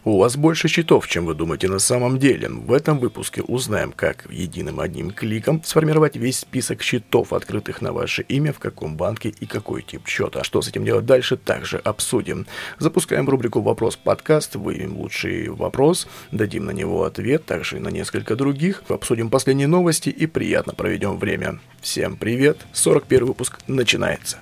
У вас больше счетов, чем вы думаете на самом деле. В этом выпуске узнаем, как единым одним кликом сформировать весь список счетов, открытых на ваше имя, в каком банке и какой тип счета. Что с этим делать дальше, также обсудим. Запускаем рубрику «Вопрос-подкаст», выявим лучший вопрос, дадим на него ответ, также и на несколько других, обсудим последние новости и приятно проведем время. Всем привет, 41 выпуск начинается.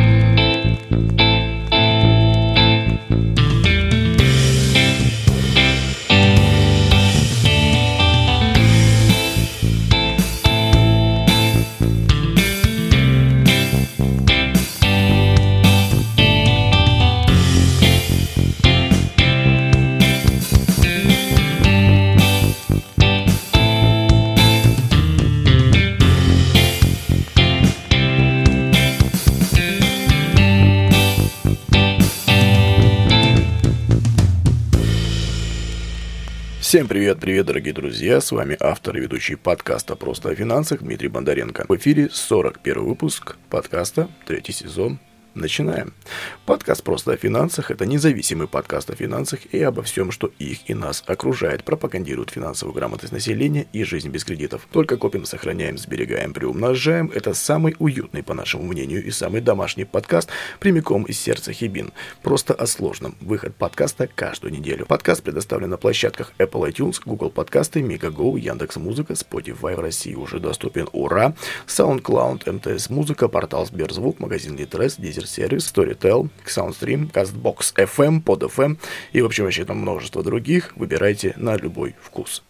Всем привет, дорогие друзья, с вами автор и ведущий подкаста «Просто о финансах» Дмитрий Бондаренко. В эфире 41 выпуск подкаста, 3 сезон. Начинаем. Подкаст «Просто о финансах» — это независимый подкаст о финансах и обо всем, что их и нас окружает, пропагандирует финансовую грамотность населения и жизнь без кредитов. Только копим, сохраняем, сберегаем, приумножаем. Это самый уютный, по нашему мнению, и самый домашний подкаст прямиком из сердца Хибин. Просто о сложном. Выход подкаста каждую неделю. Подкаст предоставлен на площадках Apple iTunes, Google Подкасты, Мегаго, Яндекс.Музыка, Spotify в России уже доступен. Ура! SoundCloud, МТС Музыка, портал Сберзвук, магазин Литрес, сервис, Storytel, Soundstream, CastBox FM, Pod FM и вообще там множество других. Выбирайте на любой вкус.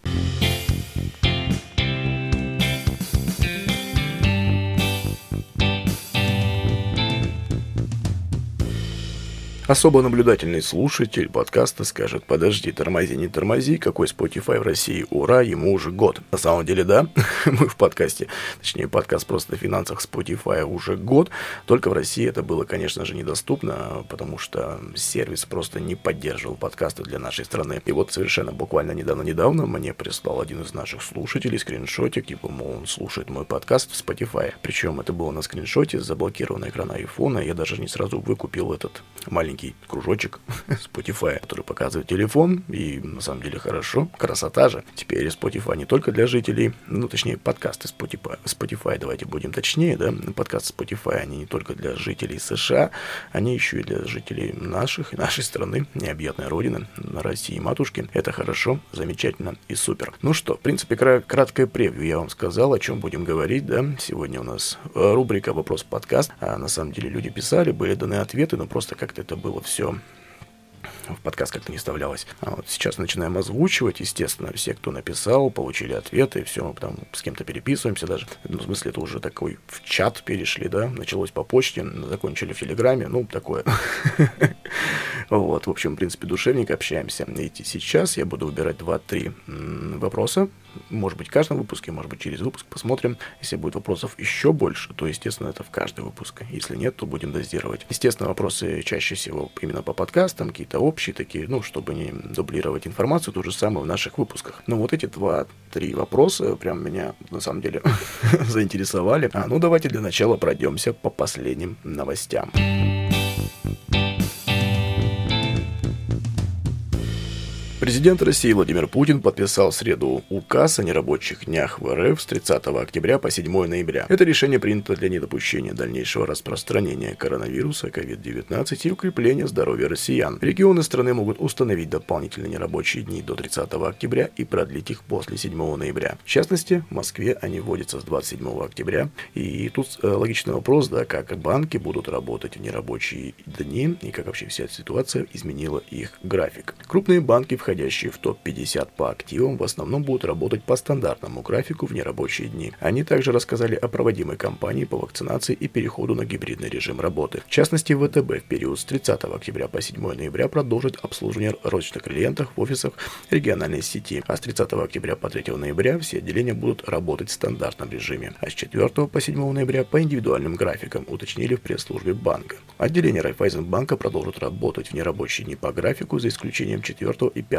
Особо наблюдательный слушатель подкаста скажет: подожди, тормози, не тормози, какой Spotify в России, ура, ему уже год. На самом деле, да, мы в подкасте, точнее, подкаст «Просто о финансах» Spotify уже год, только в России это было, конечно же, недоступно, потому что сервис просто не поддерживал подкасты для нашей страны. И вот совершенно буквально недавно мне прислал один из наших слушателей скриншотик, типа, мол, он слушает мой подкаст в Spotify. Причем это было на скриншоте с заблокированного экрана айфона, я даже не сразу выкупил этот маленький кружочек Spotify, который показывает телефон, и на самом деле хорошо, красота же. Теперь Spotify не только для жителей, точнее, подкасты Spotify, давайте будем точнее, да, подкасты Spotify, они не только для жителей США, они еще и для жителей наших и нашей страны, необъятной родины, России матушки. Это хорошо, замечательно и супер. Ну что, в принципе, краткое превью я вам сказал, о чем будем говорить, да. Сегодня у нас рубрика «Вопрос-подкаст», а на самом деле люди писали, были даны ответы, но просто как-то это было все в подкаст как-то не вставлялось. А вот сейчас начинаем озвучивать. Естественно, все, кто написал, получили ответы, все, мы там с кем-то переписываемся даже. В смысле, это уже такой в чат перешли, да, началось по почте, закончили в Телеграме, такое. Вот, в общем, в принципе, душевненько общаемся. И сейчас я буду выбирать 2-3 вопроса. Может быть, в каждом выпуске, может быть, через выпуск посмотрим. Если будет вопросов еще больше, то, естественно, это в каждый выпуск. Если нет, то будем дозировать. Естественно, вопросы чаще всего именно по подкастам, какие-то общие такие, чтобы не дублировать информацию, то же самое в наших выпусках. Но вот эти 2-3 вопроса прям меня, на самом деле, заинтересовали. Давайте для начала пройдемся по последним новостям. Президент России Владимир Путин подписал в среду указ о нерабочих днях в РФ с 30 октября по 7 ноября. Это решение принято для недопущения дальнейшего распространения коронавируса COVID-19 и укрепления здоровья россиян. Регионы страны могут установить дополнительные нерабочие дни до 30 октября и продлить их после 7 ноября. В частности, в Москве они вводятся с 27 октября. И тут логичный вопрос, да, как банки будут работать в нерабочие дни и как вообще вся эта ситуация изменила их график. Крупные банки, входящие в топ-50 по активам, в основном будут работать по стандартному графику в нерабочие дни. Они также рассказали о проводимой кампании по вакцинации и переходу на гибридный режим работы. В частности, ВТБ в период с 30 октября по 7 ноября продолжит обслуживание розничных клиентов в офисах региональной сети, а с 30 октября по 3 ноября все отделения будут работать в стандартном режиме, а с 4 по 7 ноября по индивидуальным графикам, уточнили в пресс-службе банка. Отделения Райффайзенбанка продолжат работать в нерабочие дни по графику, за исключением 4 и 5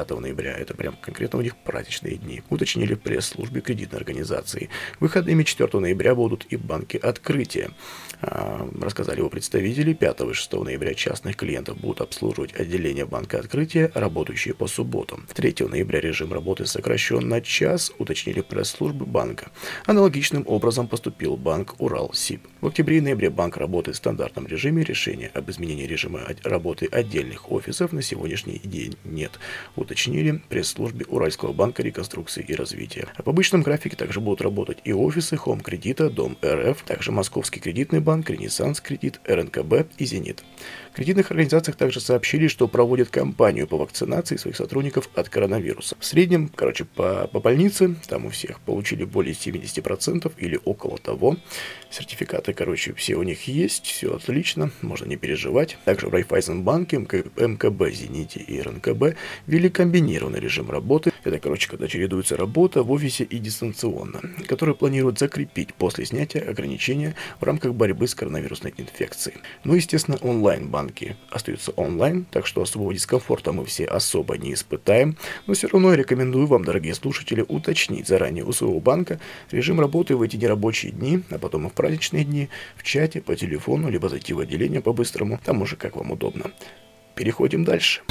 5 ноября, это прям конкретно у них праздничные дни, уточнили в пресс-службе кредитной организации. Выходными 4 ноября будут и банки открытия. Рассказали его представители. 5 и 6 ноября частных клиентов будут обслуживать отделение банка открытия, работающие по субботам. 3 ноября режим работы сокращен на час, уточнили пресс-службы банка. Аналогичным образом поступил банк Уралсиб. В октябре и ноябре банк работает в стандартном режиме. Решения об изменении режима работы отдельных офисов на сегодняшний день нет, уточнили в пресс-службе Уральского банка реконструкции и развития. А по обычном графике также будут работать и офисы Хом Кредита, Дом РФ, также Московский кредитный банк, Ренессанс Кредит, РНКБ и Зенит. В кредитных организациях также сообщили, что проводят кампанию по вакцинации своих сотрудников от коронавируса. В среднем, по больнице, там у всех получили более 70% или около того. Сертификаты, все у них есть, все отлично, можно не переживать. Также в Райфайзенбанке, МКБ, Зените и РНКБ ввели комбинированный режим работы. Это, когда чередуется работа в офисе и дистанционно, который планируют закрепить после снятия ограничения в рамках борьбы с коронавирусной инфекцией. Естественно, онлайн-банки остаются онлайн, так что особого дискомфорта мы все особо не испытаем. Но все равно я рекомендую вам, дорогие слушатели, уточнить заранее у своего банка режим работы в эти нерабочие дни, а потом и в праздничные дни, в чате, по телефону, либо зайти в отделение по-быстрому, там уже как вам удобно. Переходим дальше.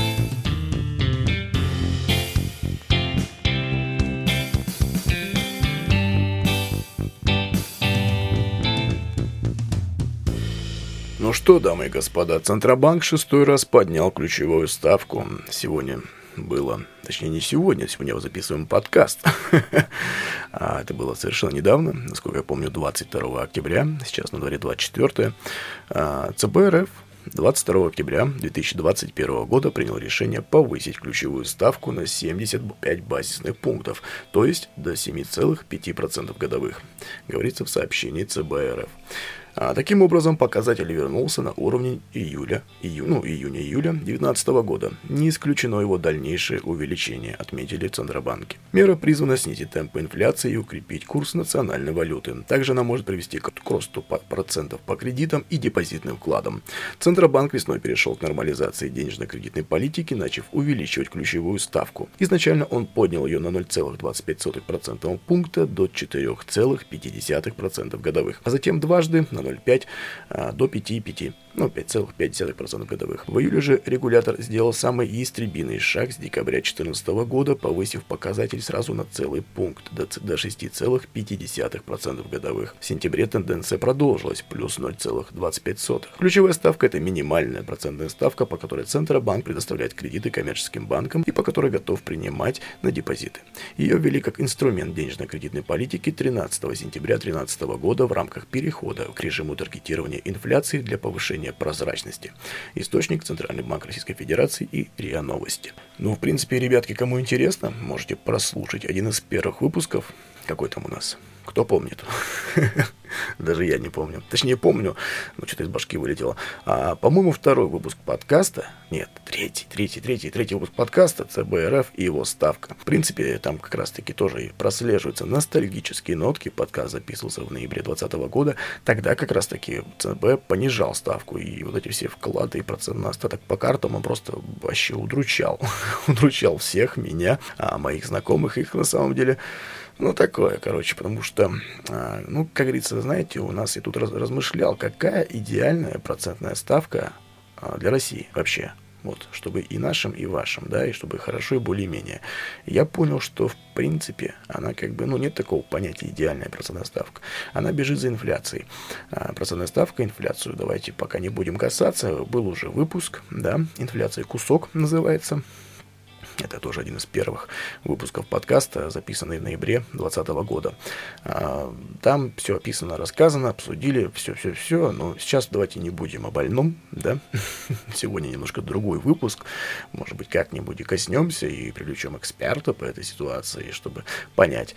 Ну что, дамы и господа, Центробанк 6-й раз поднял ключевую ставку. Сегодня было, точнее не сегодня мы записываем подкаст. Это было совершенно недавно, насколько я помню, 22 октября, сейчас на дворе 24. ЦБ РФ 22 октября 2021 года принял решение повысить ключевую ставку на 75 базисных пунктов, то есть до 7,5% годовых, говорится в сообщении ЦБ РФ. Таким образом, показатель вернулся на уровень июня-июля 2019 года. Не исключено его дальнейшее увеличение, отметили в Центробанке. Мера призвана снизить темпы инфляции и укрепить курс национальной валюты. Также она может привести к росту процентов по кредитам и депозитным вкладам. Центробанк весной перешел к нормализации денежно-кредитной политики, начав увеличивать ключевую ставку. Изначально он поднял ее на 0,25% пункта до 4,5% годовых, а затем дважды на 0,5 до 5,5%. 5,5% годовых. В июле же регулятор сделал самый ястребиный шаг с декабря 2014 года, повысив показатель сразу на целый пункт до 6,5% годовых. В сентябре тенденция продолжилась, плюс 0,25%. Ключевая ставка – это минимальная процентная ставка, по которой Центробанк предоставляет кредиты коммерческим банкам и по которой готов принимать на депозиты. Ее ввели как инструмент денежно-кредитной политики 13 сентября 2013 года в рамках перехода к режиму таргетирования инфляции для повышения прозрачности. Источник – Центральный банк Российской Федерации и РИА Новости. В принципе, ребятки, кому интересно, можете прослушать один из первых выпусков. Какой там у нас? Кто помнит? Даже я не помню. Точнее, помню, но что-то из башки вылетело. По-моему, второй выпуск подкаста. Нет, третий выпуск подкаста ЦБ РФ и его ставка. В принципе, там как раз-таки тоже и прослеживаются ностальгические нотки. Подкаст записывался в ноябре 2020 года. Тогда как раз-таки ЦБ понижал ставку. И вот эти все вклады и процент на остаток по картам он просто вообще удручал. Удручал всех, меня, моих знакомых. Их на самом деле... такое, потому что, как говорится, знаете, у нас я тут размышлял, какая идеальная процентная ставка для России вообще. Чтобы и нашим, и вашим, и чтобы хорошо и более-менее. Я понял, что, в принципе, она нет такого понятия идеальная процентная ставка. Она бежит за инфляцией. Процентная ставка, инфляцию давайте пока не будем касаться. Был уже выпуск, инфляция кусок называется. Это тоже один из первых выпусков подкаста, записанный в ноябре 2020 года. Там все описано, рассказано, обсудили, все. Но сейчас давайте не будем о больном, Сегодня немножко другой выпуск. Может быть, как-нибудь и коснемся и привлечем эксперта по этой ситуации, чтобы понять,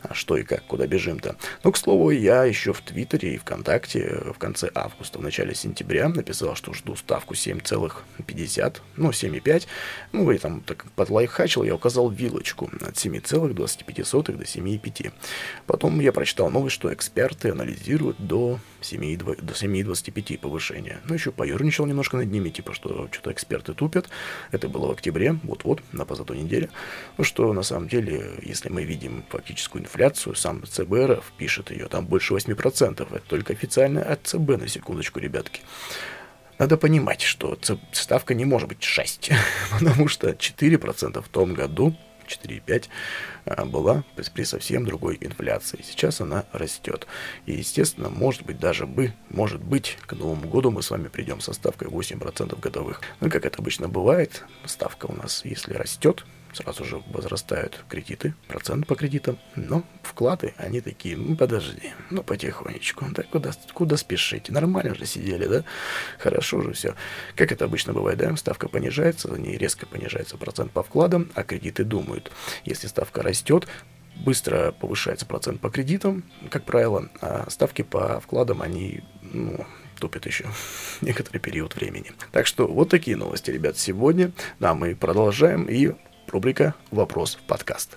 А что и как, куда бежим-то? Ну, к слову, я еще в Твиттере и ВКонтакте в конце августа, в начале сентября написал, что жду ставку 7,50, ну, 7,5. Ну, и там так подлайфхачил, я указал вилочку от 7,25 до 7,5. Потом я прочитал новость, что эксперты анализируют до 7,25 повышения. Ну, еще поерничал немножко над ними, типа, что что-то эксперты тупят. Это было в октябре, вот-вот, на позатой неделе. Ну, что на самом деле, если мы видим фактическую инфляцию, сам ЦБ пишет ее, там больше 8%. Это только официально от ЦБ, на секундочку, ребятки. Надо понимать, что ставка не может быть 6, потому что 4% в том году, 4,5 была при совсем другой инфляции. Сейчас она растет. И, естественно, может быть, к Новому году мы с вами придем со ставкой 8% годовых. Ну, как это обычно бывает, ставка у нас, если растет, сразу же возрастают кредиты, процент по кредитам, но вклады, они такие, подожди, потихонечку, да куда спешить, нормально же сидели, да, хорошо же все. Как это обычно бывает, да, ставка понижается, за ней резко понижается процент по вкладам, а кредиты думают. Если ставка растет, быстро повышается процент по кредитам, как правило, а ставки по вкладам, они, тупит еще некоторый период времени. Так что вот такие новости, ребят, сегодня. Да, мы продолжаем, и рубрика «Вопрос в подкаст».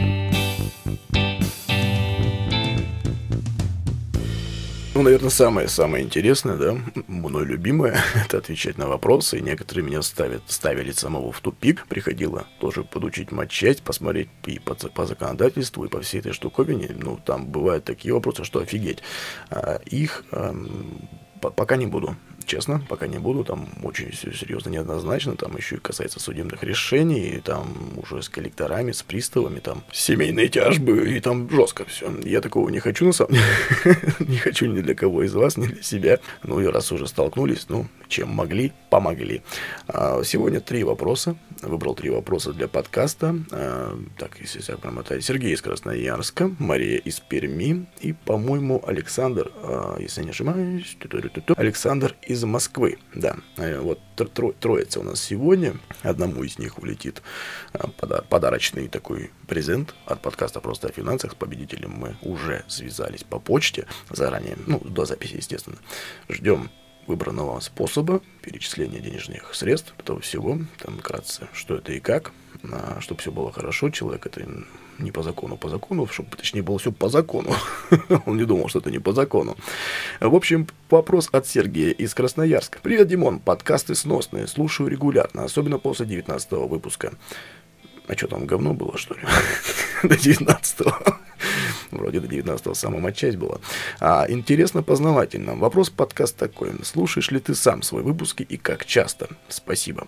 Наверное, самое интересное, да, мной любимое, это отвечать на вопросы. И некоторые меня ставили самого в тупик. Приходило тоже подучить матчасть, посмотреть и по законодательству, и по всей этой штуковине. Там бывают такие вопросы, что офигеть. Их пока не буду. Честно, пока не буду, там очень все серьезно, неоднозначно, там еще и касается судебных решений, и там уже с коллекторами, с приставами, там семейные тяжбы, и там жестко все. Я такого не хочу, на самом деле, не хочу ни для кого из вас, ни для себя. И раз уже столкнулись, чем могли, помогли. Сегодня 3 вопроса, выбрал 3 вопроса для подкаста. Так, если я промотаю, Сергей из Красноярска, Мария из Перми, и, по-моему, Александр, если не ошибаюсь, Александр из Москвы, да, вот троица у нас сегодня, одному из них улетит подарочный такой презент от подкаста «Просто о финансах». С победителем мы уже связались по почте заранее, до записи, естественно. Ждем выбранного способа перечисления денежных средств, этого всего, там вкратце, что это и как, чтобы все было хорошо, человек это не по закону, чтобы, точнее, было все по закону. Он не думал, что это не по закону. В общем, вопрос от Сергея из Красноярска. Привет, Димон, подкасты сносные, слушаю регулярно, особенно после 19-го выпуска. А что там, говно было, что ли? До 19-го. Вроде до 19-го самая матчасть была. Интересно, познавательно. Вопрос подкаст такой. Слушаешь ли ты сам свои выпуски и как часто? Спасибо.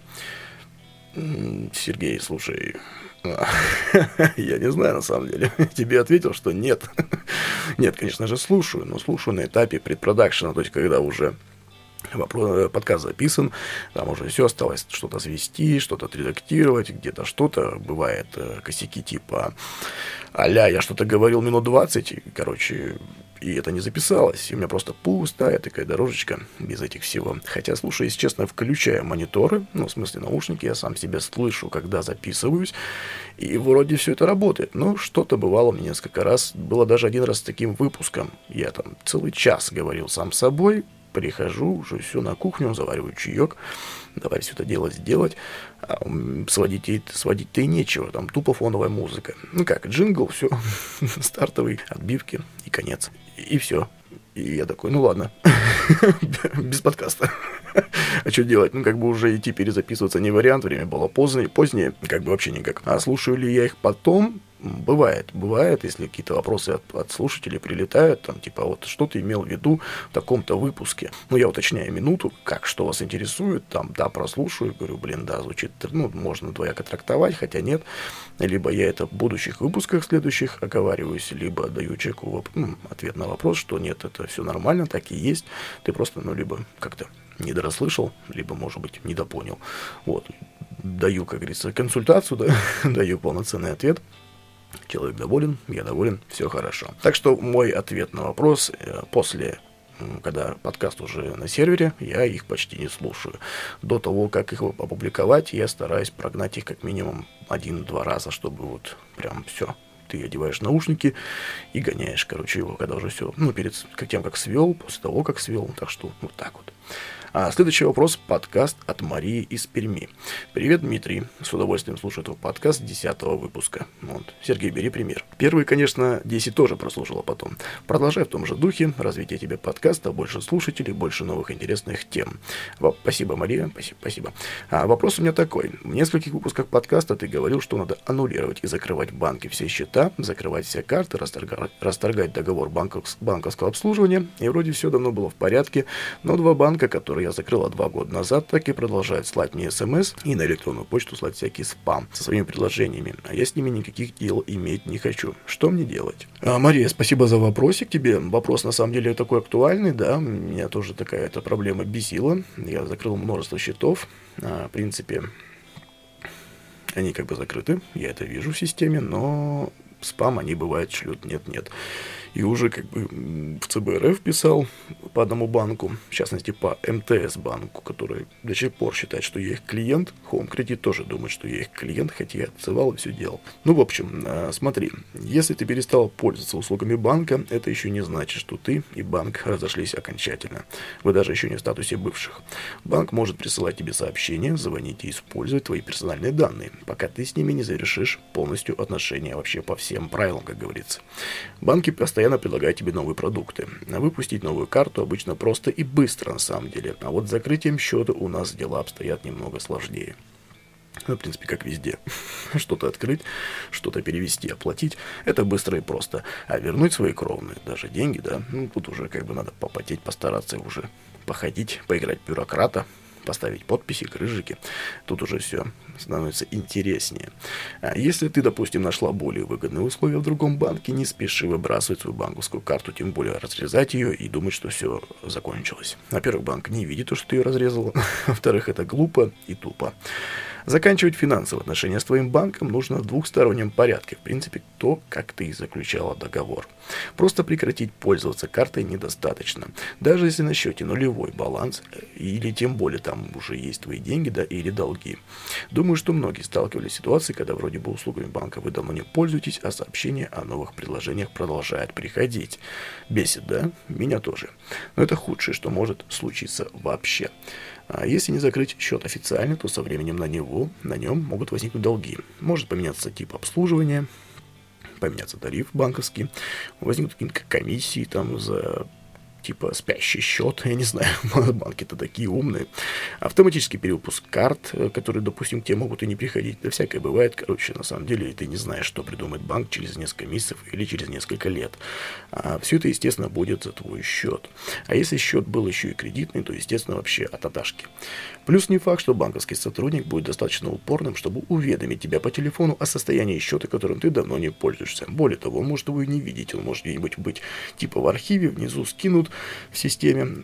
Сергей, слушай, я не знаю, на самом деле. Тебе ответил, что нет. Нет, конечно же, слушаю, но слушаю на этапе предпродакшена, то есть когда уже подкаст записан, там уже все осталось, что-то свести, что-то отредактировать, где-то что-то, бывает косяки типа а-ля я что-то говорил минут 20, и это не записалось, и у меня просто пустая такая дорожечка без этих всего. Хотя, слушай, если честно, включаю мониторы, в смысле наушники, я сам себя слышу, когда записываюсь, и вроде все это работает. Но что-то бывало мне несколько раз, было даже один раз с таким выпуском, я там целый час говорил сам с собой, прихожу, уже все на кухню, завариваю чаек, давай все это дело сделать. Сводить-то и нечего, там тупо фоновая музыка. Джингл, все, стартовый, отбивки и конец. И все. И я такой, ладно, без подкаста. А что делать? Уже идти перезаписываться не вариант, время было позднее, вообще никак. А слушаю ли я их потом? Бывает, если какие-то вопросы от слушателей прилетают, там, типа, вот, что ты имел в виду в таком-то выпуске. Я уточняю минуту, что вас интересует, там, да, прослушаю, говорю, да, звучит, можно двояко трактовать, хотя нет. Либо я это в будущих выпусках следующих оговариваюсь, либо даю человеку ответ на вопрос, что нет, это все нормально, так и есть. Ты просто, либо как-то недорасслышал, либо, может быть, недопонял. Вот, даю, как говорится, консультацию, да, даю полноценный ответ. Человек доволен, я доволен, все хорошо. Так что мой ответ на вопрос после, когда подкаст уже на сервере, я их почти не слушаю. До того, как их опубликовать, я стараюсь прогнать их как минимум 1-2 раза, чтобы вот прям все ты одеваешь наушники и гоняешь, короче, его, когда уже все, перед тем, как свел, после того, как свел, так что вот так вот. А следующий вопрос. Подкаст от Марии из Перми. Привет, Дмитрий. С удовольствием слушаю твой подкаст 10-го выпуска. Вот. Сергей, бери пример. Первый, конечно, 10 тоже прослушала потом. Продолжай в том же духе. Развитие тебе подкаста, больше слушателей, больше новых интересных тем. Спасибо, Мария. Спасибо. Вопрос у меня такой. В нескольких выпусках подкаста ты говорил, что надо аннулировать и закрывать в банке все счета, закрывать все карты, расторгать договор банковского обслуживания. И вроде все давно было в порядке, но 2 банка, которые я закрыла 2 года назад, так и продолжают слать мне смс и на электронную почту слать всякий спам со своими предложениями, а я с ними никаких дел иметь не хочу. Что мне делать? Мария, спасибо за вопросик тебе. Вопрос на самом деле такой актуальный, да, меня тоже такая эта проблема бесила. Я закрыл множество счетов, в принципе, они как бы закрыты, я это вижу в системе, но спам они бывает шлют нет-нет. И уже как бы в ЦБ РФ писал по одному банку, в частности по МТС банку, который до сих пор считает, что я их клиент. Home Credit тоже думает, что я их клиент, хотя я отзывал и все делал. В общем, смотри, если ты перестал пользоваться услугами банка, это еще не значит, что ты и банк разошлись окончательно. Вы даже еще не в статусе бывших. Банк может присылать тебе сообщения, звонить и использовать твои персональные данные, пока ты с ними не завершишь полностью отношения вообще по всем правилам, как говорится. Банки постоянно предлагают тебе новые продукты. Выпустить новую карту обычно просто и быстро на самом деле. А вот с закрытием счета у нас дела обстоят немного сложнее. В принципе, как везде. Что-то открыть, что-то перевести, оплатить. Это быстро и просто. А вернуть свои кровные, даже деньги, да, тут уже как бы надо попотеть, постараться уже походить, поиграть в бюрократа, поставить подписи, крыжики. Тут уже все становится интереснее. А если ты, допустим, нашла более выгодные условия в другом банке, не спеши выбрасывать свою банковскую карту, тем более разрезать ее и думать, что все закончилось. Во-первых, банк не видит то, что ты ее разрезала. Во-вторых, это глупо и тупо. Заканчивать финансовые отношения с твоим банком нужно в двухстороннем порядке. В принципе, то, как ты заключала договор. Просто прекратить пользоваться картой недостаточно. Даже если на счете нулевой баланс, или тем более там уже есть твои деньги, да, или долги. Думаю, что многие сталкивались с ситуацией, когда вроде бы услугами банка вы давно не пользуетесь, а сообщения о новых предложениях продолжают приходить. Бесит, да? Меня тоже. Но это худшее, что может случиться вообще. А если не закрыть счет официально, то со временем на нем могут возникнуть долги. Может поменяться тип обслуживания, поменяться тариф банковский, возникнут какие-то комиссии там за типа спящий счет, я не знаю, банки-то такие умные. Автоматический перевыпуск карт, которые, допустим, к тебе могут и не приходить. Да всякое бывает, короче, на самом деле, ты не знаешь, что придумает банк через несколько месяцев или через несколько лет. А все это, естественно, будет за твой счет. А если счет был еще и кредитный, то, естественно, вообще от аташки. Плюс не факт, что банковский сотрудник будет достаточно упорным, чтобы уведомить тебя по телефону о состоянии счета, которым ты давно не пользуешься. Более того, он может его и не видеть, он может где-нибудь быть типа в архиве, внизу скинут в системе,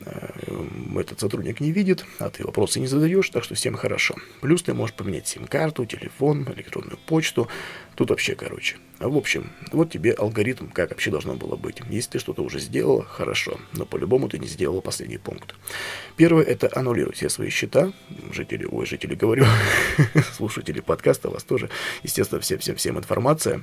этот сотрудник не видит, а ты вопросы не задаешь, так что всем хорошо. Плюс ты можешь поменять сим-карту, телефон, электронную почту, тут вообще, короче. В общем, вот тебе алгоритм, как вообще должно было быть. Если ты что-то уже сделала, хорошо, но по-любому ты не сделала последний пункт. Первое — это аннулировать все свои счета. Жители говорю, слушатели подкаста, вас тоже, естественно, всем информация.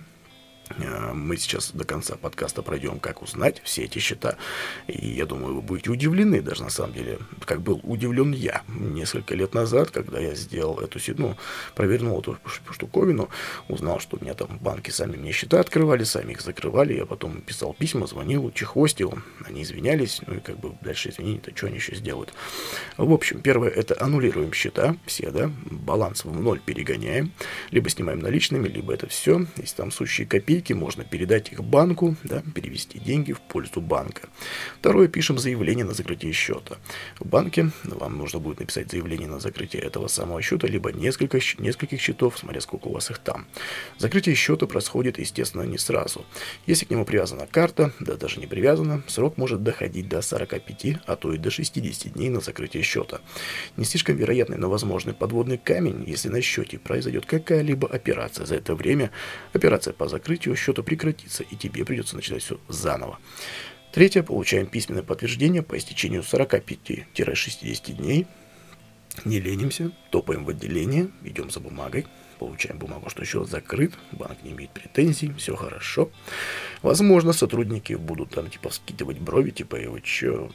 Мы сейчас до конца подкаста пройдем, как узнать все эти счета. И я думаю, вы будете удивлены, даже на самом деле, как был удивлен я несколько лет назад, когда я сделал эту, провернул эту штуковину, узнал, что у меня там банки сами мне счета открывали, сами их закрывали. Я потом писал письма, звонил, чехвостил, они извинялись, и как бы дальше извинения-то что они еще сделают. В общем, первое — это аннулируем счета, все, да, баланс в ноль перегоняем, либо снимаем наличными, либо это все, если там сущие копейки, можно передать их банку, да, перевести деньги в пользу банка. Второе, пишем заявление на закрытие счета. В банке вам нужно будет написать заявление на закрытие этого самого счета, либо нескольких счетов, смотря сколько у вас их там. Закрытие счета происходит, естественно, не сразу. Если к нему привязана карта, да даже не привязана, срок может доходить до 45, а то и до 60 дней на закрытие счета. Не слишком вероятный, но возможный подводный камень, если на счете произойдет какая-либо операция. За это время операция по закрытию счета прекратится, и тебе придется начинать все заново. Третье. Получаем письменное подтверждение по истечению 45-60 дней. Не ленимся, топаем в отделение, идем за бумагой, получаем бумагу, что счет закрыт, банк не имеет претензий, все хорошо. Возможно, сотрудники будут там типа вскидывать брови, типа, и вы чё,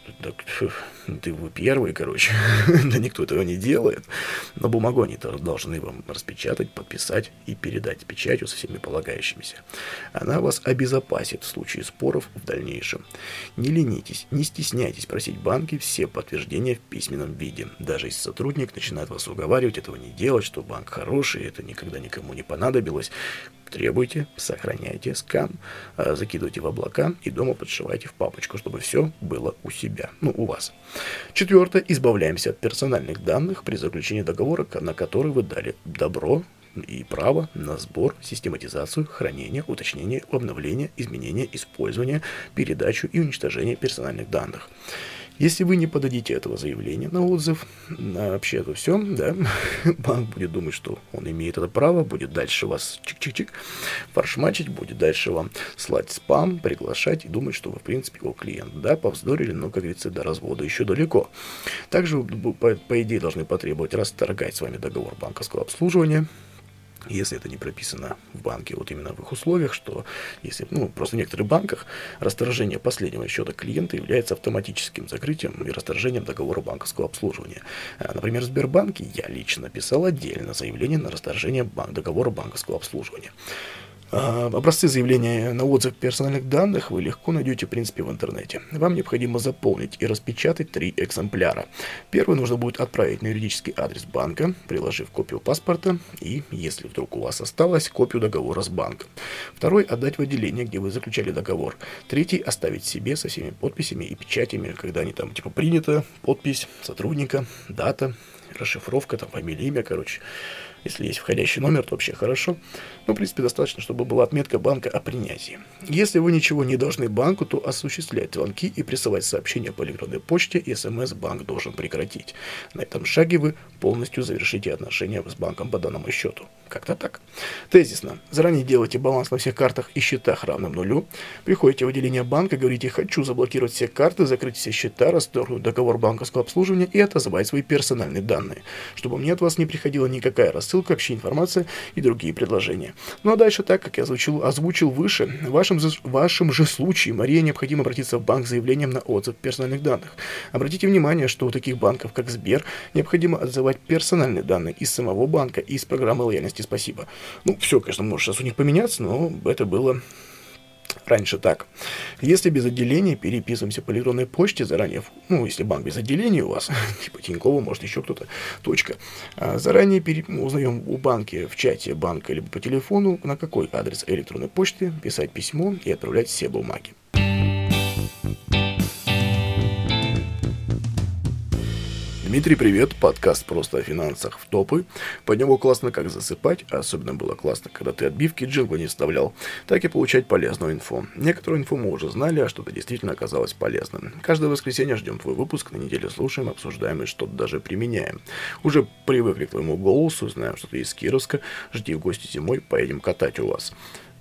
вы первый, короче. Да никто этого не делает. Но бумагу они должны вам распечатать, подписать и передать печатью со всеми полагающимися. Она вас обезопасит в случае споров в дальнейшем. Не ленитесь, не стесняйтесь просить банки все подтверждения в письменном виде. Даже если сотрудник начинает вас уговаривать этого не делать, что банк хороший, это никогда никому не понадобилось, требуйте, сохраняйте скан, закидывайте в облака и дома подшивайте в папочку, чтобы все было у себя, у вас. 4. Избавляемся от персональных данных при заключении договора, на который вы дали добро и право на сбор, систематизацию, хранение, уточнение, обновление, изменение, использование, передачу и уничтожение персональных данных. Если вы не подадите этого заявления на отзыв, вообще это все, да, банк будет думать, что он имеет это право, будет дальше вас чик-чик-чик фаршмачить, будет дальше вам слать спам, приглашать и думать, что вы, в принципе, его клиент. Да, повздорили, но, как говорится, до развода еще далеко. Также вы, по идее, должны потребовать расторгать с вами договор банковского обслуживания, если это не прописано в банке, вот именно в их условиях, что если, просто в некоторых банках расторжение последнего счета клиента является автоматическим закрытием и расторжением договора банковского обслуживания. Например, в Сбербанке я лично писал отдельно заявление на расторжение договора банковского обслуживания. Образцы заявления на отзыв персональных данных вы легко найдете, в принципе, в интернете. Вам необходимо заполнить и распечатать 3 экземпляра. Первый нужно будет отправить на юридический адрес банка, приложив копию паспорта и, если вдруг у вас осталось, копию договора с банком. Второй отдать в отделение, где вы заключали договор. Третий оставить себе со всеми подписями и печатями, когда они там типа принято, подпись сотрудника, дата, расшифровка, там фамилия, имя, короче. Если есть входящий номер, то вообще хорошо. Но, в принципе, достаточно, чтобы была отметка банка о принятии. Если вы ничего не должны банку, то осуществлять звонки и присылать сообщения по электронной почте и СМС банк должен прекратить. На этом шаге вы полностью завершите отношения с банком по данному счету. Как-то так. Тезисно. Заранее делайте баланс на всех картах и счетах равным нулю. Приходите в отделение банка, говорите: хочу заблокировать все карты, закрыть все счета, расторгнуть договор банковского обслуживания и отозвать свои персональные данные, чтобы мне от вас не приходила никакая рассылка, общая информация и другие предложения. Ну а дальше, так как я озвучил выше, в вашем же случае Мария необходимо обратиться в банк с заявлением на отзыв персональных данных. Обратите внимание, что у таких банков, как Сбер, необходимо отзывать персональные данные из самого банка и из программы лояльности «Спасибо». Все, конечно, может сейчас у них поменяться, но это было раньше так. Если без отделения, переписываемся по электронной почте заранее, если банк без отделения у вас, типа Тинькова, может еще кто-то, точка. Заранее узнаем у банка в чате банка либо по телефону, на какой адрес электронной почты писать письмо и отправлять все бумаги. Дмитрий, привет. Подкаст «Просто о финансах в топы». По нему классно как засыпать, а особенно было классно, когда ты отбивки джингла не вставлял, так и получать полезную инфу. Некоторую инфу мы уже знали, а что-то действительно оказалось полезным. Каждое воскресенье ждем твой выпуск, на неделе слушаем, обсуждаем и что-то даже применяем. Уже привыкли к твоему голосу, знаем, что ты из Кировска. Жди в гости зимой, поедем катать у вас.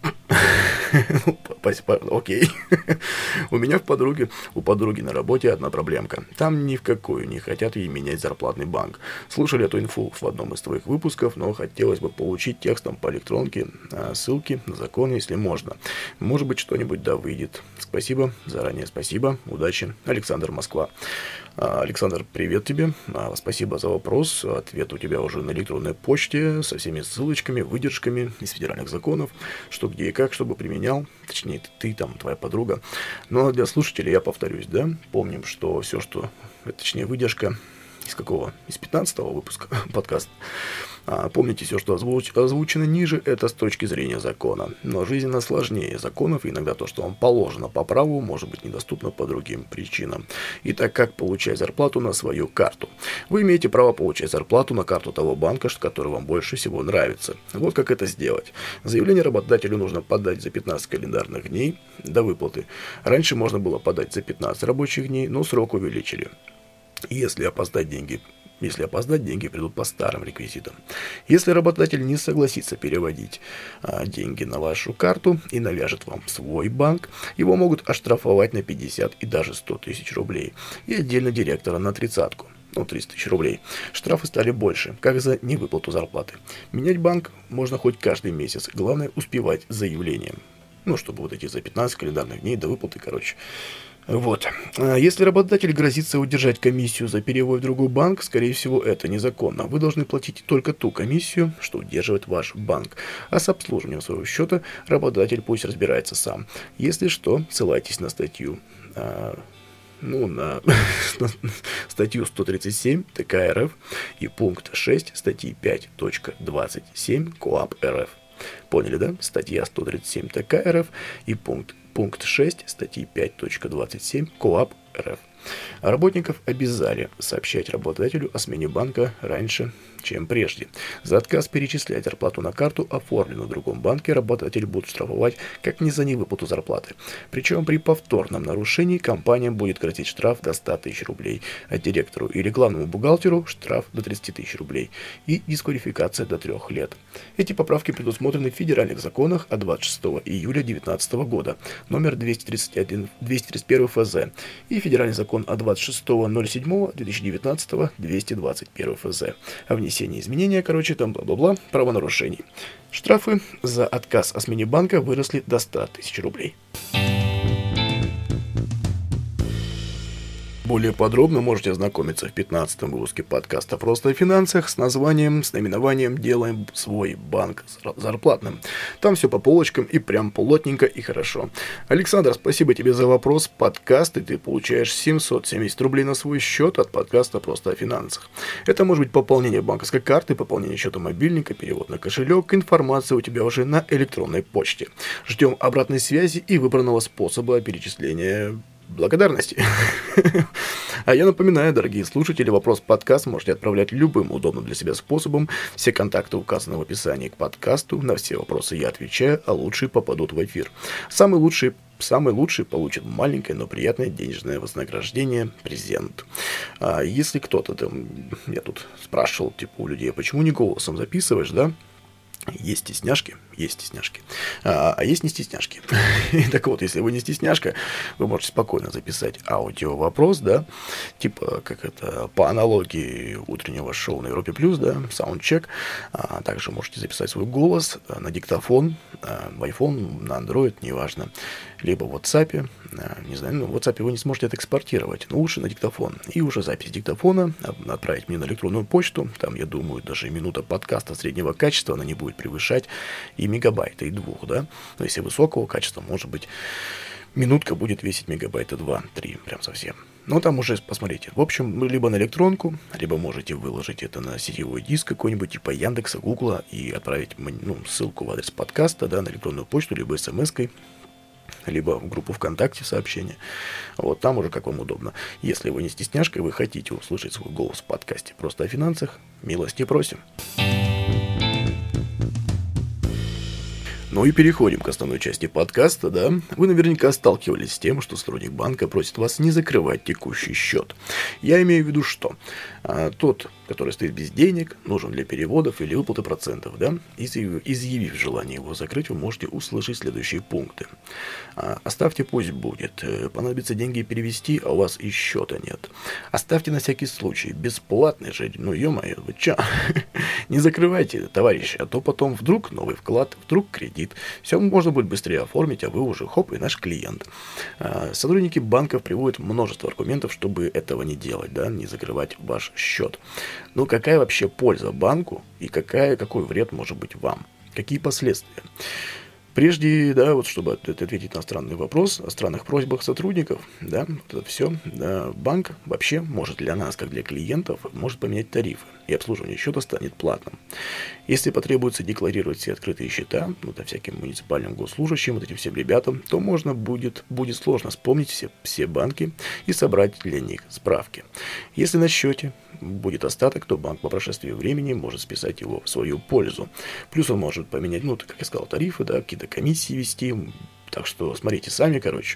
Окей. У меня у подруги на работе одна проблемка. Там ни в какую не хотят ей менять зарплатный банк. Слушали эту инфу в одном из твоих выпусков, но хотелось бы получить текстом по электронке ссылки на закон, если можно. Может быть, что-нибудь да выйдет. Спасибо, заранее спасибо. Удачи. Александр, Москва. Александр, привет тебе. Спасибо за вопрос. Ответ у тебя уже на электронной почте со всеми ссылочками, выдержками из федеральных законов, что где и как, чтобы применял. Точнее, ты там, твоя подруга. Но для слушателей я повторюсь, да. Помним, что все, что... Точнее, выдержка из какого? Из 15-го выпуска подкаста. Помните, все, что озвучено ниже, это с точки зрения закона. Но жизненно сложнее законов, и иногда то, что вам положено по праву, может быть недоступно по другим причинам. Итак, как получать зарплату на свою карту? Вы имеете право получать зарплату на карту того банка, который вам больше всего нравится. Вот как это сделать. Заявление работодателю нужно подать за 15 календарных дней до выплаты. Раньше можно было подать за 15 рабочих дней, но срок увеличили. Если опоздать, деньги придут по старым реквизитам. Если работодатель не согласится переводить деньги на вашу карту и навяжет вам свой банк, его могут оштрафовать на 50 и даже 100 тысяч рублей. И отдельно директора на 30-ку. 300 тысяч рублей. Штрафы стали больше, как за невыплату зарплаты. Менять банк можно хоть каждый месяц, главное успевать с заявлением. Чтобы вот эти за 15 календарных дней до выплаты, Вот. Если работодатель грозится удержать комиссию за перевод в другой банк, скорее всего, это незаконно. Вы должны платить только ту комиссию, что удерживает ваш банк. А с обслуживанием своего счета работодатель пусть разбирается сам. Если что, ссылайтесь на статью. На статью 137 ТК РФ и пункт 6 статьи 5.27 КоАП РФ. Поняли, да? Статья 137 ТК РФ и пункт 6 статьи 5.27 КоАП РФ. Работников обязали сообщать работодателю о смене банка раньше, чем прежде. За отказ перечислять зарплату на карту, оформленную в другом банке, работодатель будет штрафовать как не за невыплату зарплаты. Причем при повторном нарушении компания будет грозить штраф до 100 тысяч рублей, а директору или главному бухгалтеру штраф до 30 тысяч рублей и дисквалификация до 3 лет. Эти поправки предусмотрены в федеральных законах от 26 июля 2019 года, номер 231 ФЗ, и федеральный закон от 26.07.2019 221 ФЗ. О внесении изменения, бла-бла-бла, правонарушений. Штрафы за отказ о смене банка выросли до 100 тысяч рублей. Более подробно можете ознакомиться в 15-м выпуске подкаста «Просто о финансах» с наименованием «Делаем свой банк зарплатным». Там все по полочкам и прям плотненько и хорошо. Александр, спасибо тебе за вопрос. Подкаст, и ты получаешь 770 рублей на свой счет от подкаста «Просто о финансах». Это может быть пополнение банковской карты, пополнение счета мобильника, перевод на кошелек. Информация у тебя уже на электронной почте. Ждем обратной связи и выбранного способа перечисления благодарности. А я напоминаю, дорогие слушатели, вопрос-подкаст можете отправлять любым удобным для себя способом. Все контакты указаны в описании к подкасту. На все вопросы я отвечаю, а лучшие попадут в эфир. Самый лучший получит маленькое, но приятное денежное вознаграждение, презент. Если кто-то там, я тут спрашивал, у людей, почему не голосом записываешь, да? Есть стесняшки, а есть не стесняшки. Так вот, если вы не стесняшка, вы можете спокойно записать аудио-вопрос, да, как это по аналогии утреннего шоу на Европе+, да, саундчек. Также можете записать свой голос на диктофон, в iPhone, на Android, неважно, либо в WhatsApp, не знаю, в WhatsApp вы не сможете это экспортировать, но лучше на диктофон. И уже запись диктофона отправить мне на электронную почту, там, я думаю, даже минута подкаста среднего качества, она не будет превышать и мегабайта, и 2, да. Но если высокого качества, может быть, минутка будет весить мегабайта 2-3, прям совсем. Но там уже посмотрите. В общем, либо на электронку, либо можете выложить это на сетевой диск какой-нибудь, типа Яндекса, Гугла, и отправить ссылку в адрес подкаста, да, на электронную почту, либо смс-кой, либо в группу ВКонтакте сообщения. Вот там уже как вам удобно. Если вы не стесняшка и вы хотите услышать свой голос в подкасте «Просто о финансах», милости просим. Ну и переходим к основной части подкаста, да. Вы наверняка сталкивались с тем, что сотрудник банка просит вас не закрывать текущий счет. Я имею в виду, что тот, который стоит без денег, нужен для переводов или выплаты процентов, да. Изъявив желание его закрыть, вы можете услышать следующие пункты. Оставьте, пусть будет. Понадобится деньги перевести, а у вас и счета нет. Оставьте на всякий случай. Бесплатный же. Ё-моё, вы чё? Не закрывайте, товарищи, а то потом вдруг новый вклад, вдруг кредит. Все можно будет быстрее оформить, а вы уже хоп, и наш клиент. Сотрудники банков приводят множество аргументов, чтобы этого не делать, да, не закрывать ваш счет. Но какая вообще польза банку и какой вред может быть вам? Какие последствия? Прежде, да, вот чтобы ответить на странный вопрос о странных просьбах сотрудников, да, вот это все, да, банк вообще может для нас, как для клиентов, может поменять тарифы, и обслуживание счета станет платным. Если потребуется декларировать все открытые счета, всяким муниципальным госслужащим, вот этим всем ребятам, то будет сложно вспомнить все банки и собрать для них справки. Если на счете будет остаток, то банк по прошествии времени может списать его в свою пользу. Плюс он может поменять, как я сказал, тарифы, да, какие-то комиссии вести. Так что смотрите сами,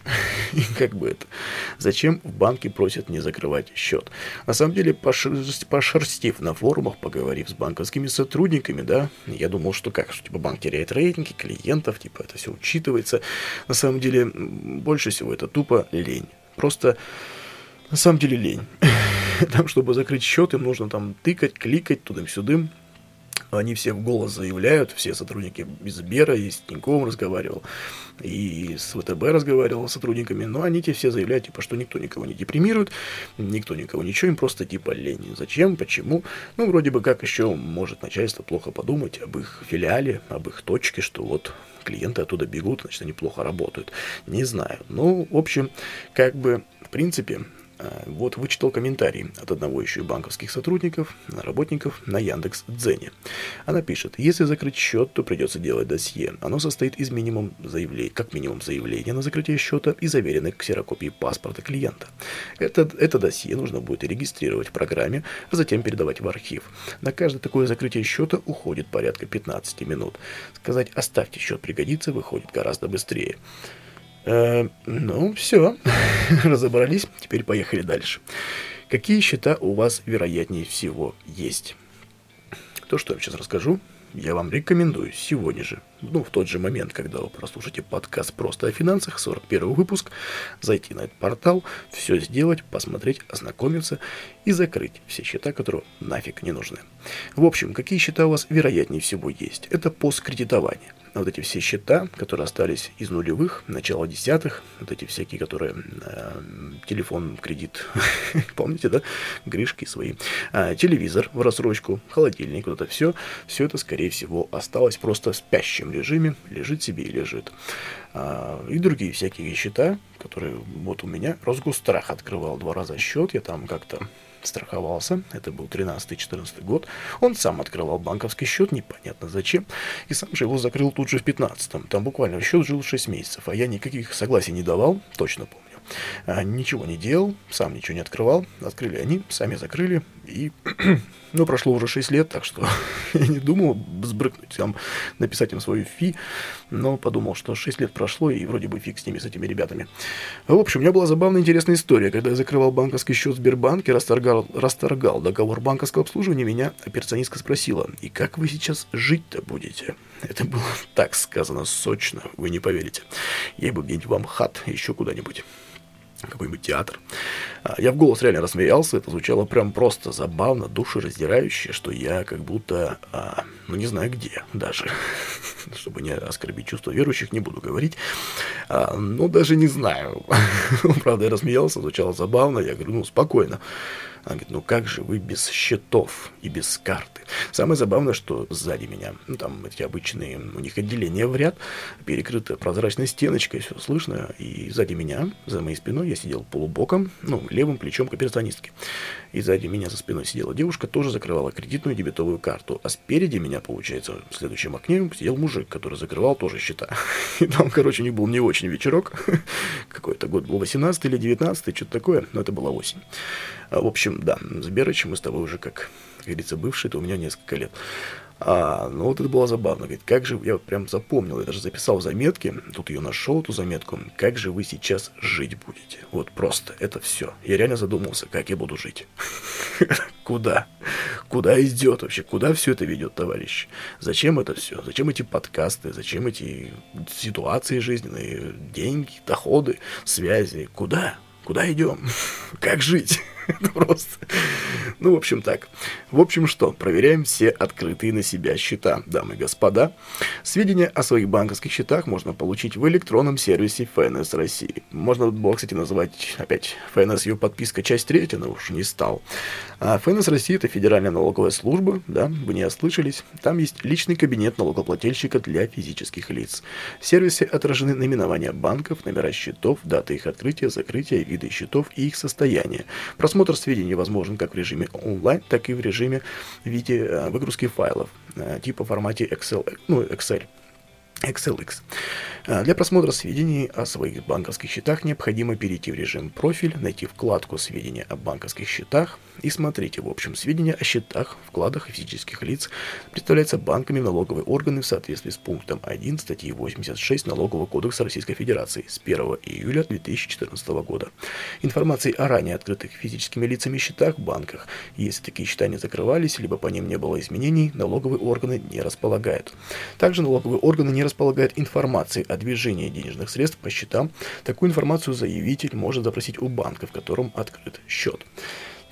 Зачем в банке просят не закрывать счет? На самом деле, пошерстив на форумах, поговорив с банковскими сотрудниками, да, я думал, что банк теряет рейтинги клиентов, это все учитывается. На самом деле, больше всего это тупо лень. Просто, на самом деле, лень. Там, чтобы закрыть счет, им нужно там тыкать, кликать, тудым-сюдым. Они все в голос заявляют, все сотрудники из Сбера, и с Тиньковым разговаривал, и с ВТБ разговаривал с сотрудниками, но они те все заявляют, типа, что никто никого не депримирует, никто никого ничего, им просто типа лень. Зачем, почему? Ну, вроде бы как еще может начальство плохо подумать об их филиале, об их точке, что вот клиенты оттуда бегут, значит, они плохо работают. Не знаю. Ну, в общем, как бы, в принципе... Вот вычитал комментарий от одного еще и банковских сотрудников, работников на Яндекс.Дзене. Она пишет: если закрыть счет, то придется делать досье. Оно состоит из как минимум заявления на закрытие счета и заверенной ксерокопии паспорта клиента. Это досье нужно будет регистрировать в программе, а затем передавать в архив. На каждое такое закрытие счета уходит порядка 15 минут. Сказать «оставьте счет, пригодится» выходит гораздо быстрее. Ну, все, разобрались, теперь поехали дальше. Какие счета у вас вероятнее всего есть? То, что я сейчас расскажу, я вам рекомендую сегодня же, в тот же момент, когда вы прослушаете подкаст «Просто о финансах», 41 выпуск, зайти на этот портал, все сделать, посмотреть, ознакомиться и закрыть все счета, которые нафиг не нужны. В общем, какие счета у вас вероятнее всего есть? Это посткредитование. Вот эти все счета, которые остались из нулевых, начала десятых, вот эти всякие, которые телефон в кредит, помните, да, гришки свои, телевизор в рассрочку, холодильник, вот это все это, скорее всего, осталось просто в спящем режиме, лежит себе и лежит. И другие всякие счета, которые вот у меня Росгосстрах открывал 2 раза счет, я там как-то страховался, это был 13-14 год, он сам открывал банковский счет, непонятно зачем, и сам же его закрыл тут же в 15-м, там буквально счет жил 6 месяцев, а я никаких согласий не давал, точно помню. Ничего не делал, сам ничего не открывал, открыли они, сами закрыли, и, прошло уже 6 лет, так что я не думал сбрыкнуть, там, написать им свою фи, но подумал, что 6 лет прошло, и вроде бы фиг с ними, с этими ребятами. В общем, у меня была забавная, интересная история, когда я закрывал банковский счет в Сбербанке, расторгал договор банковского обслуживания, меня операционистка спросила: и как вы сейчас жить-то будете? Это было так сказано сочно, вы не поверите. Я бы где-нибудь в Амхат, еще куда-нибудь. Какой-нибудь театр. Я в голос реально рассмеялся, это звучало прям просто забавно, душераздирающе, что я как будто, не знаю где даже, чтобы не оскорбить чувства верующих, не буду говорить, даже не знаю. Правда, я рассмеялся, звучало забавно, я говорю, спокойно. Она говорит, как же вы без счетов и без карты? Самое забавное, что сзади меня, там эти обычные, у них отделения в ряд, перекрыто прозрачной стеночкой, все слышно, и сзади меня, за моей спиной, я сидел полубоком, левым плечом к операционистке. И сзади меня за спиной сидела девушка, тоже закрывала кредитную и дебетовую карту. А спереди меня, получается, в следующем окне сидел мужик, который закрывал тоже счета. И там, у них был не очень вечерок. Какой-то год был 18 или 19, что-то такое, но это была осень. В общем, да, Сберыч, мы с тобой уже, как говорится, бывший, то у меня несколько лет. Вот это было забавно. Говорит, как же, я прям запомнил, я даже записал в заметке, тут ее нашел, эту заметку, как же вы сейчас жить будете. Вот просто, это все. Я реально задумался, как я буду жить. Куда? Куда идет вообще? Куда все это ведет, товарищ? Зачем это все? Зачем эти подкасты? Зачем эти ситуации жизненные? Деньги, доходы, связи? Куда? Куда идем? Как жить? Это просто... в общем, так. В общем, что? Проверяем все открытые на себя счета, дамы и господа. Сведения о своих банковских счетах можно получить в электронном сервисе ФНС России. Можно было, кстати, назвать опять ФНС ее подписка часть 3, но уж не стал. ФНС России — это Федеральная налоговая служба, да, вы не ослышались. Там есть личный кабинет налогоплательщика для физических лиц. В сервисе отражены наименования банков, номера счетов, даты их открытия, закрытия, виды счетов и их состояние. Просмотр сведений возможен как в режиме онлайн, так и в режиме виде выгрузки файлов, типа в формате Excel. XLX. Для просмотра сведений о своих банковских счетах необходимо перейти в режим «Профиль», найти вкладку «Сведения о банковских счетах» и смотрите. В общем, сведения о счетах, вкладах физических лиц представляются банками в налоговые органы в соответствии с пунктом 1 статьи 86 Налогового кодекса Российской Федерации с 1 июля 2014 года. Информации о ранее открытых физическими лицами счетах в банках, если такие счета не закрывались, либо по ним не было изменений, налоговые органы не располагают. Также налоговые органы не располагают информацией о движении денежных средств по счетам. Такую информацию заявитель может запросить у банка, в котором открыт счет.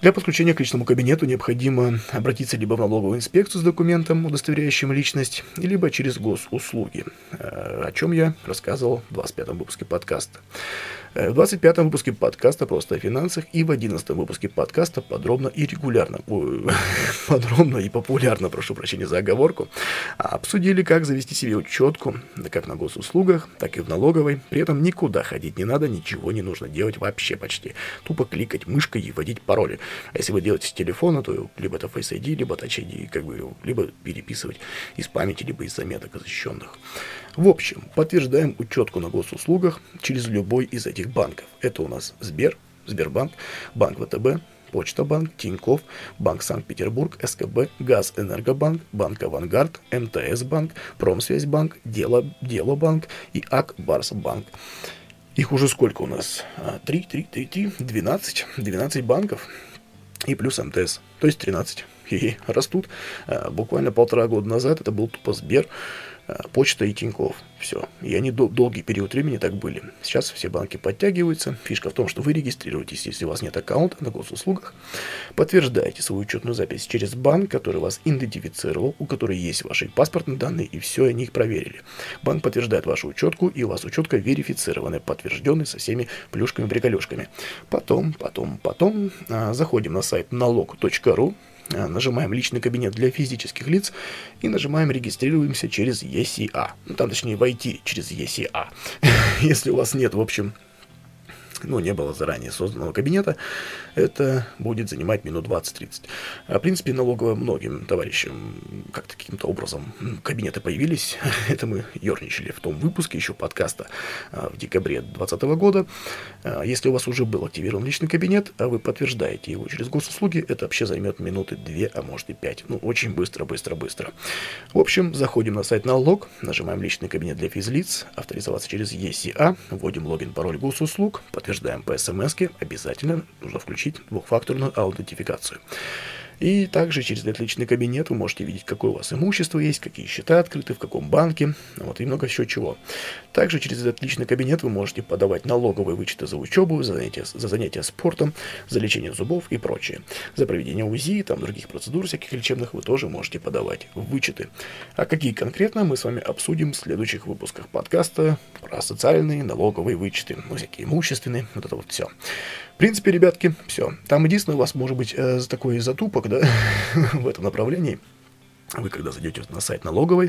Для подключения к личному кабинету необходимо обратиться либо в налоговую инспекцию с документом, удостоверяющим личность, либо через госуслуги, о чем я рассказывал в 25-м выпуске подкаста. В 25-м выпуске подкаста «Просто о финансах» и в 11-м выпуске подкаста подробно и регулярно, подробно и популярно, прошу прощения за оговорку, обсудили, как завести себе учетку, как на госуслугах, так и в налоговой. При этом никуда ходить не надо, ничего не нужно делать вообще почти. Тупо кликать мышкой и вводить пароли. А если вы делаете с телефона, то либо это Face ID, либо Touch ID, либо переписывать из памяти, либо из заметок защищенных. В общем, подтверждаем учетку на госуслугах через любой из этих банков. Это у нас Сбербанк, Банк ВТБ, Почта-банк, Тинькофф, Банк Санкт-Петербург, СКБ, Газэнергобанк, Банк Авангард, МТС-банк, Промсвязьбанк, Делобанк и Акбарсбанк. Их уже сколько у нас? 12 банков и плюс МТС, то есть 13. И растут. Буквально 1,5 года назад это был тупо Сбер, Почта и Тинькофф. Все. И они долгий период времени так были. Сейчас все банки подтягиваются. Фишка в том, что вы регистрируетесь, если у вас нет аккаунта на госуслугах, подтверждаете свою учетную запись через банк, который вас идентифицировал, у которого есть ваши паспортные данные, и все, они их проверили. Банк подтверждает вашу учетку, и у вас учетка верифицированная, подтвержденная со всеми плюшками-приколюшками. Потом заходим на сайт налог.ру, нажимаем «Личный кабинет для физических лиц» и нажимаем «Регистрируемся через ЕСИА». Там, точнее, войти через ЕСИА. Если у вас нет, в общем, не было заранее созданного кабинета, это будет занимать минут 20-30. В принципе, налогово многим товарищам как-то каким-то образом кабинеты появились. Это мы ерничали в том выпуске еще подкаста в декабре 2020 года. Если у вас уже был активирован личный кабинет, а вы подтверждаете его через госуслуги, это вообще займет минуты 2, а может и 5. Очень быстро. В общем, заходим на сайт налог, нажимаем «Личный кабинет для физлиц», авторизоваться через ЕСИА, вводим логин, пароль госуслуг, подтверждаем по СМС-ке, обязательно нужно включить двухфакторную аутентификацию. И также через этот личный кабинет вы можете видеть, какое у вас имущество есть, какие счета открыты, в каком банке, и много еще чего. Также через этот личный кабинет вы можете подавать налоговые вычеты за учебу, за занятия спортом, за лечение зубов и прочее. За проведение УЗИ, других процедур всяких лечебных вы тоже можете подавать вычеты. А какие конкретно, мы с вами обсудим в следующих выпусках подкаста про социальные налоговые вычеты, всякие имущественные, это все. В принципе, ребятки, все. Там единственное, у вас может быть такой затупок, в этом направлении. Вы, когда зайдете на сайт налоговой,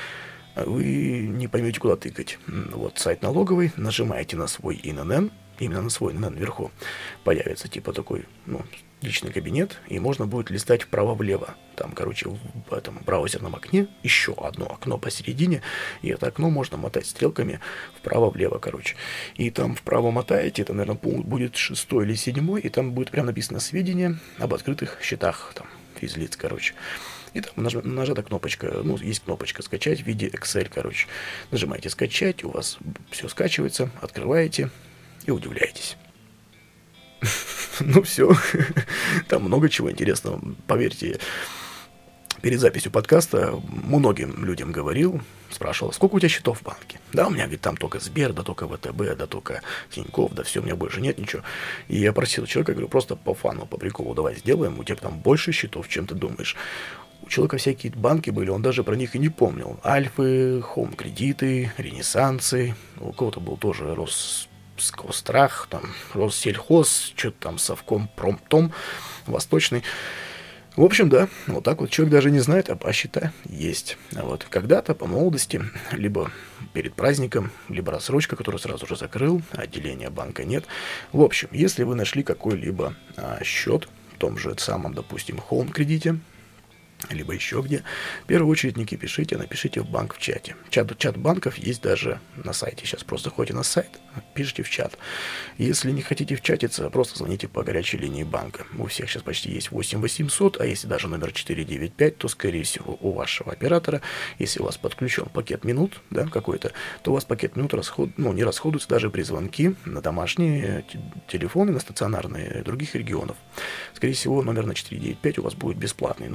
вы не поймете, куда тыкать. Сайт налоговой, нажимаете на свой ИНН, именно на свой ИНН вверху появится такой, личный кабинет, и можно будет листать вправо-влево. Там, в этом браузерном окне еще одно окно посередине, и это окно можно мотать стрелками вправо-влево, И там вправо мотаете, это, наверное, пункт будет 6 или 7, и там будет прямо написано сведения об открытых счетах, физлиц, И там нажата кнопочка, есть кнопочка «Скачать» в виде Excel, Нажимаете «Скачать», у вас все скачивается, открываете и удивляетесь. Все. Там много чего интересного. Поверьте, перед записью подкаста многим людям говорил, спрашивал, сколько у тебя счетов в банке? Да, у меня, там только Сбер, да только ВТБ, да только Тинькофф, да все, у меня больше нет ничего. И я просил человека, просто по фану, по приколу, давай сделаем, у тебя там больше счетов, чем ты думаешь. У человека всякие банки были, он даже про них и не помнил. Альфы, Хоум Кредиты, Ренессансы, у кого-то был тоже Роскострах, Россельхоз, что-то там Совком, Промтом, Восточный. В общем, да, так человек даже не знает, а счета есть. Когда-то по молодости, либо перед праздником, либо рассрочка, которую сразу же закрыл, а отделения банка нет. В общем, если вы нашли какой-либо счет в том же самом, допустим, Хоум Кредите, либо еще где, в первую очередь не кипишите, напишите в банк в чате. Чат банков есть даже на сайте. Сейчас просто ходите на сайт, пишите в чат. Если не хотите вчатиться, просто звоните по горячей линии банка. У всех сейчас почти есть 8800, а если даже номер 495, то, скорее всего, у вашего оператора, если у вас подключен пакет минут, какой-то, то у вас пакет минут не расходуется даже при звонке на домашние телефоны, на стационарные других регионов. Скорее всего, номер на 495 у вас будет бесплатный. Но это опять-таки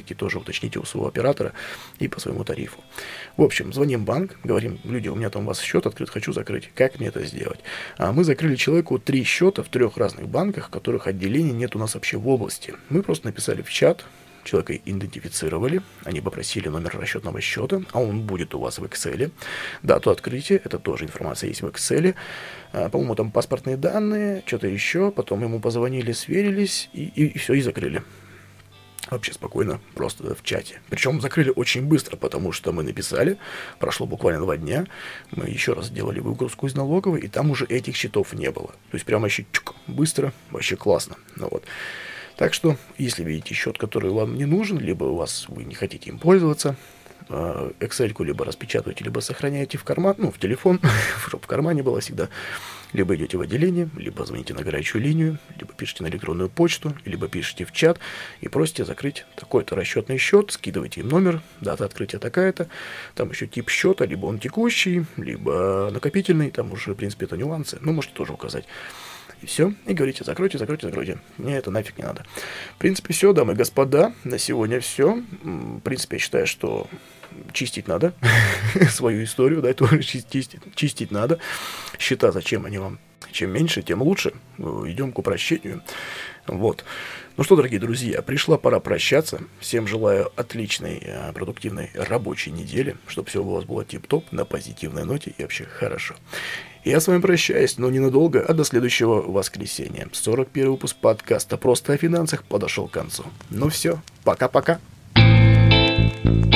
посмотрите, тоже уточните у своего оператора и по своему тарифу. В общем, звоним в банк, говорим: люди, у меня там у вас счет открыт, хочу закрыть. Как мне это сделать? Мы закрыли человеку 3 счета в 3 разных банках, которых отделений нет у нас вообще в области. Мы просто написали в чат, человека идентифицировали, они попросили номер расчетного счета, а он будет у вас в Excel. Дату открытия, это тоже информация есть в Excel. По-моему, там паспортные данные, что-то еще. Потом ему позвонили, сверились и все, и закрыли. Вообще спокойно, просто в чате. Причем закрыли очень быстро, потому что мы написали, прошло буквально 2 дня, мы еще раз делали выгрузку из налоговой, и там уже этих счетов не было. То есть прям вообще быстро, вообще классно. Ну вот. Так что, если видите счет, который вам не нужен, либо вы не хотите им пользоваться, Excel-ку либо распечатываете, либо сохраняете в карман, в телефон, чтобы в кармане было всегда, либо идете в отделение, либо звоните на горячую линию, либо пишите на электронную почту, либо пишите в чат и просите закрыть такой-то расчетный счет, скидывайте им номер, дата открытия такая-то, там еще тип счета, либо он текущий, либо накопительный, там уже, в принципе, это нюансы, можете тоже указать. И все, и говорите: закройте. Мне это нафиг не надо. В принципе, все, дамы и господа, на сегодня все. В принципе, я считаю, что чистить надо свою историю, да, тоже чистить надо. Счета, зачем они вам? Чем меньше, тем лучше. Идем к упрощению. Вот. Ну что, дорогие друзья, пришла пора прощаться. Всем желаю отличной, продуктивной рабочей недели, чтобы все у вас было тип-топ, на позитивной ноте и вообще хорошо. Я с вами прощаюсь, но ненадолго, а до следующего воскресенья. 41-й выпуск подкаста «Просто о финансах» подошел к концу. Ну все, пока-пока.